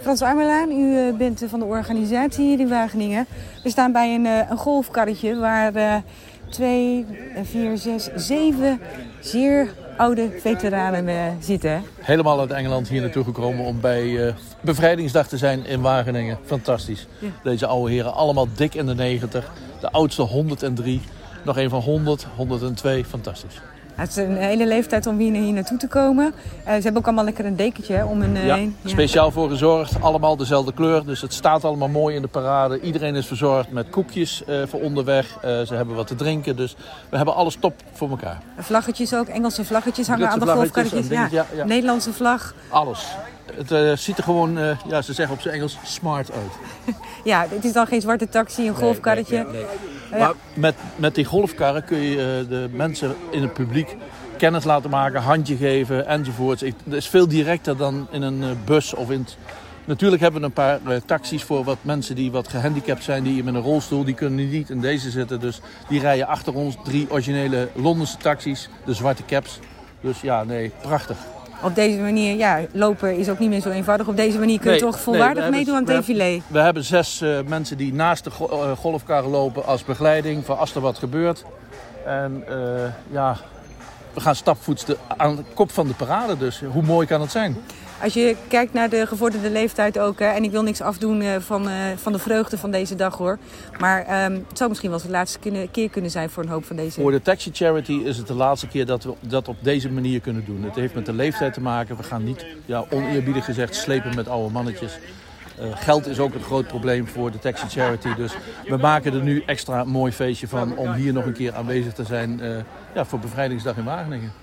Frans Armelaan, u bent van de organisatie hier in Wageningen. We staan bij een golfkarretje waar 2, 4, 6, 7 zeer oude veteranen zitten. Helemaal uit Engeland hier naartoe gekomen om bij Bevrijdingsdag te zijn in Wageningen. Fantastisch. Ja. Deze oude heren, allemaal dik in de 90. De oudste 103. Nog een van 100, 102. Fantastisch. Het is een hele leeftijd om hier naartoe te komen. Ze hebben ook allemaal lekker een dekentje om hun heen. Ja, speciaal voor gezorgd. Allemaal dezelfde kleur. Dus het staat allemaal mooi in de parade. Iedereen is verzorgd met koekjes voor onderweg. Ze hebben wat te drinken. Dus we hebben alles top voor elkaar. Vlaggetjes ook. Engelse vlaggetjes hangen aan de golfkarretjes. Ja. Nederlandse vlag. Alles. Het ziet er gewoon, ze zeggen op zijn Engels, smart uit. Ja, het is dan geen zwarte taxi, een golfkarretje. Nee. Maar met die golfkarren kun je de mensen in het publiek kennis laten maken, handje geven enzovoorts. Het is veel directer dan in een bus of in. Natuurlijk hebben we een paar taxis voor wat mensen die wat gehandicapt zijn, die met een rolstoel, die kunnen niet in deze zitten. Dus die rijden achter ons 3 originele Londense taxis, de zwarte cabs. Dus ja, nee, prachtig. Op deze manier, lopen is ook niet meer zo eenvoudig. Op deze manier kun je toch volwaardig meedoen aan het défilé. We hebben 6 mensen die naast de golfkarren lopen als begeleiding voor als er wat gebeurt. En we gaan stapvoets aan de kop van de parade. Dus hoe mooi kan het zijn? Als je kijkt naar de gevorderde leeftijd ook, en ik wil niks afdoen van de vreugde van deze dag hoor. Maar het zou misschien wel eens de laatste keer kunnen zijn voor een hoop van deze. Voor de Taxi Charity is het de laatste keer dat we dat op deze manier kunnen doen. Het heeft met de leeftijd te maken. We gaan niet, oneerbiedig gezegd, slepen met oude mannetjes. Geld is ook een groot probleem voor de Taxi Charity. Dus we maken er nu extra een mooi feestje van om hier nog een keer aanwezig te zijn voor Bevrijdingsdag in Wageningen.